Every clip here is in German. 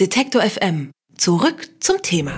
Detektor FM. Zurück zum Thema.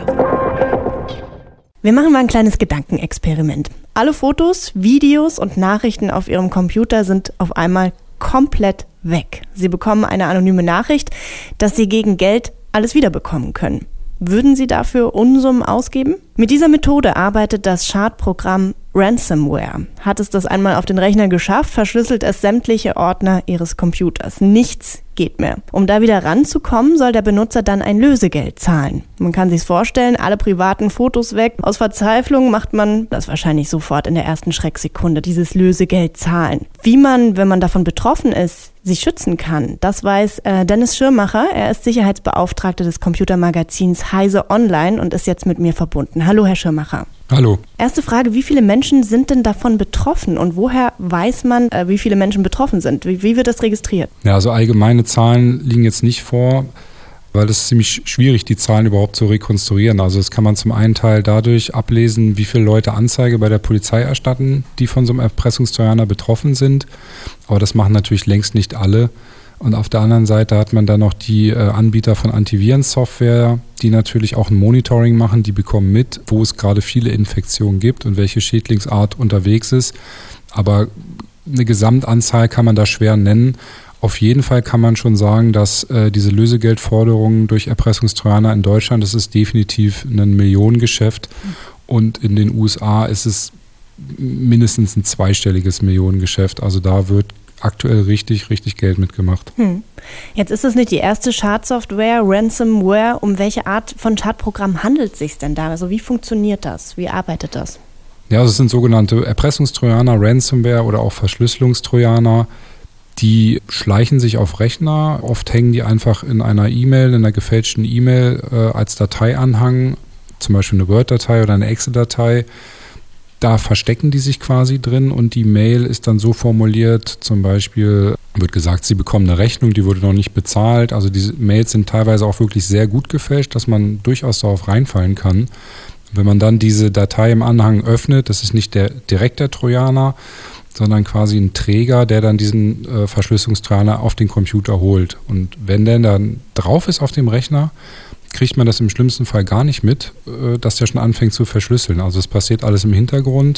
Wir machen mal ein kleines Gedankenexperiment. Alle Fotos, Videos und Nachrichten auf Ihrem Computer sind auf einmal komplett weg. Sie bekommen eine anonyme Nachricht, dass Sie gegen Geld alles wiederbekommen können. Würden Sie dafür Unsummen ausgeben? Mit dieser Methode arbeitet das Schadprogramm Ransomware. Hat es das einmal auf den Rechner geschafft, verschlüsselt es sämtliche Ordner Ihres Computers. Nichts geht mehr. Um da wieder ranzukommen, soll der Benutzer dann ein Lösegeld zahlen. Man kann sich's vorstellen, alle privaten Fotos weg. Aus Verzweiflung macht man das wahrscheinlich sofort in der ersten Schrecksekunde, dieses Lösegeld zahlen. Wie man, wenn man davon betroffen ist, sich schützen kann, das weiß Dennis Schirmacher. Er ist Sicherheitsbeauftragter des Computermagazins Heise Online und ist jetzt mit mir verbunden. Hallo, Herr Schirmacher. Hallo. Erste Frage, wie viele Menschen sind denn davon betroffen und woher weiß man, wie viele Menschen betroffen sind? Wie wird das registriert? Ja, also allgemeine Zahlen liegen jetzt nicht vor, weil es ist ziemlich schwierig, die Zahlen überhaupt zu rekonstruieren. Also das kann man zum einen Teil dadurch ablesen, wie viele Leute Anzeige bei der Polizei erstatten, die von so einem Erpressungstrojaner betroffen sind. Aber das machen natürlich längst nicht alle. Und auf der anderen Seite hat man dann noch die Anbieter von Antivirensoftware, die natürlich auch ein Monitoring machen. Die bekommen mit, wo es gerade viele Infektionen gibt und welche Schädlingsart unterwegs ist. Aber eine Gesamtanzahl kann man da schwer nennen. Auf jeden Fall kann man schon sagen, dass diese Lösegeldforderungen durch Erpressungstrojaner in Deutschland, das ist definitiv ein Millionengeschäft. Und in den USA ist es mindestens ein zweistelliges Millionengeschäft. Also da wird aktuell richtig Geld mitgemacht. Jetzt ist es nicht die erste Schadsoftware, Ransomware. Um welche Art von Schadprogramm handelt es sich denn da? Also wie funktioniert das? Wie arbeitet das? Ja, also es sind sogenannte Erpressungstrojaner, Ransomware oder auch Verschlüsselungstrojaner. Die schleichen sich auf Rechner. Oft hängen die einfach in einer E-Mail, in einer gefälschten E-Mail als Dateianhang, zum Beispiel eine Word-Datei oder eine Excel-Datei. Da verstecken die sich quasi drin und die Mail ist dann so formuliert, zum Beispiel wird gesagt, Sie bekommen eine Rechnung, die wurde noch nicht bezahlt. Also diese Mails sind teilweise auch wirklich sehr gut gefälscht, dass man durchaus darauf reinfallen kann. Wenn man dann diese Datei im Anhang öffnet, das ist nicht direkt der Trojaner, sondern quasi ein Träger, der dann diesen Verschlüsselungstrojaner auf den Computer holt. Und wenn der dann drauf ist auf dem Rechner, kriegt man das im schlimmsten Fall gar nicht mit, dass der schon anfängt zu verschlüsseln. Also es passiert alles im Hintergrund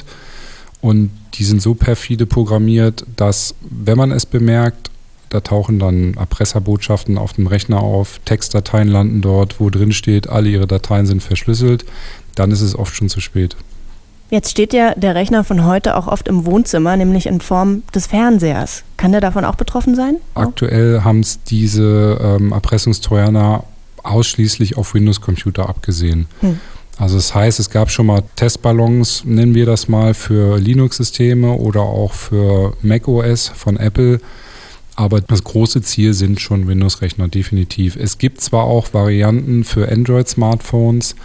und die sind so perfide programmiert, dass, wenn man es bemerkt, da tauchen dann Erpresserbotschaften auf dem Rechner auf, Textdateien landen dort, wo drin steht, alle ihre Dateien sind verschlüsselt, dann ist es oft schon zu spät. Jetzt steht ja der Rechner von heute auch oft im Wohnzimmer, nämlich in Form des Fernsehers. Kann der davon auch betroffen sein? Aktuell haben es diese Erpressungstrojaner ausschließlich auf Windows-Computer abgesehen. Also das heißt, es gab schon mal Testballons, nennen wir das mal, für Linux-Systeme oder auch für macOS von Apple. Aber das große Ziel sind schon Windows-Rechner, definitiv. Es gibt zwar auch Varianten für Android-Smartphones,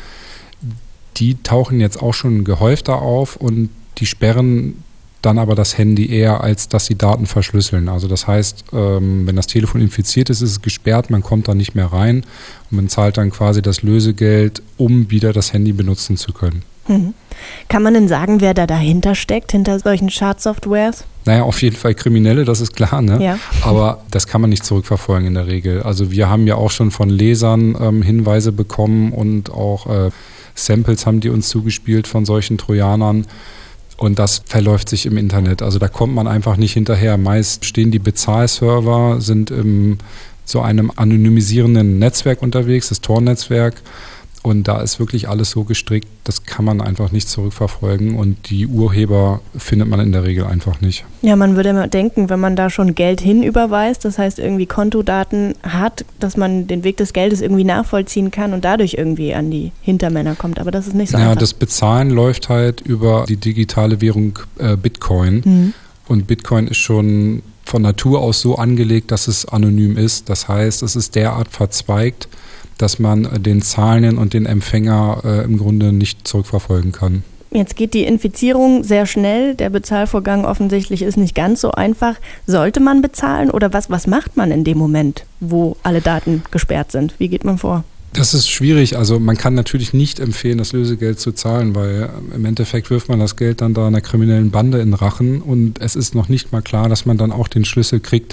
die tauchen jetzt auch schon gehäufter auf und die sperren dann aber das Handy eher, als dass sie Daten verschlüsseln. Also das heißt, wenn das Telefon infiziert ist, ist es gesperrt, man kommt da nicht mehr rein und man zahlt dann quasi das Lösegeld, um wieder das Handy benutzen zu können. Kann man denn sagen, wer da dahinter steckt, hinter solchen Schadsoftwares? Naja, auf jeden Fall Kriminelle, das ist klar, ne? Ja. Aber das kann man nicht zurückverfolgen in der Regel. Also wir haben ja auch schon von Lesern Hinweise bekommen und auch Samples haben die uns zugespielt von solchen Trojanern. Und das verläuft sich im Internet. Also da kommt man einfach nicht hinterher. Meist stehen die Bezahlserver, sind in so einem anonymisierenden Netzwerk unterwegs, das Tor-Netzwerk. Und da ist wirklich alles so gestrickt, das kann man einfach nicht zurückverfolgen. Und die Urheber findet man in der Regel einfach nicht. Ja, man würde immer denken, wenn man da schon Geld hinüberweist, das heißt irgendwie Kontodaten hat, dass man den Weg des Geldes irgendwie nachvollziehen kann und dadurch irgendwie an die Hintermänner kommt. Aber das ist nicht so einfach. Ja, das Bezahlen läuft halt über die digitale Währung Bitcoin. Und Bitcoin ist schon von Natur aus so angelegt, dass es anonym ist. Das heißt, es ist derart verzweigt, dass man den Zahlenden und den Empfänger im Grunde nicht zurückverfolgen kann. Jetzt geht die Infizierung sehr schnell. Der Bezahlvorgang offensichtlich ist nicht ganz so einfach. Sollte man bezahlen oder was macht man in dem Moment, wo alle Daten gesperrt sind? Wie geht man vor? Das ist schwierig. Also man kann natürlich nicht empfehlen, das Lösegeld zu zahlen, weil im Endeffekt wirft man das Geld dann da einer kriminellen Bande in den Rachen und es ist noch nicht mal klar, dass man dann auch den Schlüssel kriegt,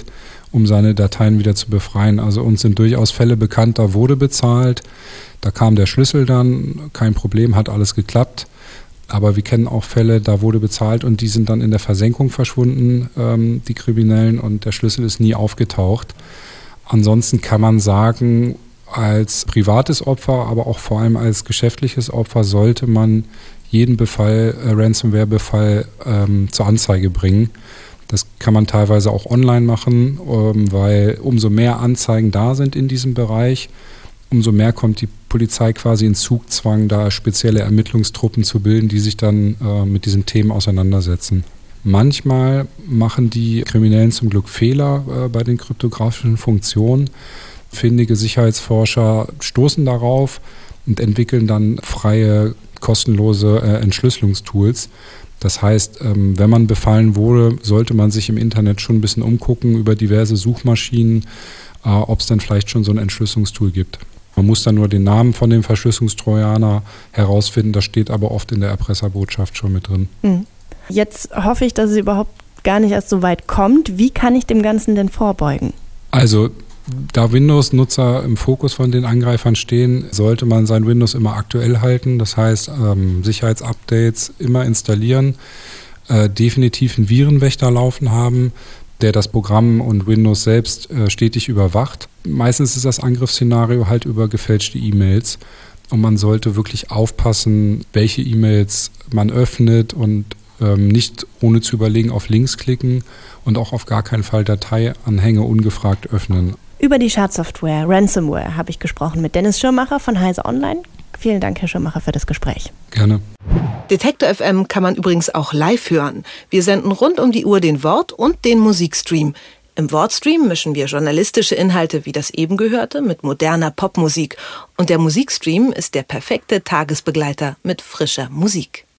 um seine Dateien wieder zu befreien. Also uns sind durchaus Fälle bekannt, da wurde bezahlt, da kam der Schlüssel dann, kein Problem, hat alles geklappt. Aber wir kennen auch Fälle, da wurde bezahlt und die sind dann in der Versenkung verschwunden, die Kriminellen, und der Schlüssel ist nie aufgetaucht. Ansonsten kann man sagen, als privates Opfer, aber auch vor allem als geschäftliches Opfer sollte man jeden Befall, Ransomware-Befall zur Anzeige bringen. Das kann man teilweise auch online machen, weil umso mehr Anzeigen da sind in diesem Bereich, umso mehr kommt die Polizei quasi in Zugzwang, da spezielle Ermittlungstruppen zu bilden, die sich dann mit diesen Themen auseinandersetzen. Manchmal machen die Kriminellen zum Glück Fehler bei den kryptografischen Funktionen. Findige Sicherheitsforscher stoßen darauf und entwickeln dann freie, kostenlose Entschlüsselungstools. Das heißt, wenn man befallen wurde, sollte man sich im Internet schon ein bisschen umgucken über diverse Suchmaschinen, ob es dann vielleicht schon so ein Entschlüsselungstool gibt. Man muss dann nur den Namen von dem Verschlüsselungstrojaner herausfinden, das steht aber oft in der Erpresserbotschaft schon mit drin. Jetzt hoffe ich, dass es überhaupt gar nicht erst so weit kommt. Wie kann ich dem Ganzen denn vorbeugen? Also, da Windows-Nutzer im Fokus von den Angreifern stehen, sollte man sein Windows immer aktuell halten. Das heißt, Sicherheitsupdates immer installieren, definitiv einen Virenwächter laufen haben, der das Programm und Windows selbst stetig überwacht. Meistens ist das Angriffsszenario halt über gefälschte E-Mails. Und man sollte wirklich aufpassen, welche E-Mails man öffnet und nicht ohne zu überlegen auf Links klicken und auch auf gar keinen Fall Dateianhänge ungefragt öffnen. Über die Schadsoftware Ransomware habe ich gesprochen mit Dennis Schirmacher von Heise Online. Vielen Dank, Herr Schirmacher, für das Gespräch. Gerne. Detektor FM kann man übrigens auch live hören. Wir senden rund um die Uhr den Wort- und den Musikstream. Im Wortstream mischen wir journalistische Inhalte wie das eben gehörte mit moderner Popmusik. Und der Musikstream ist der perfekte Tagesbegleiter mit frischer Musik.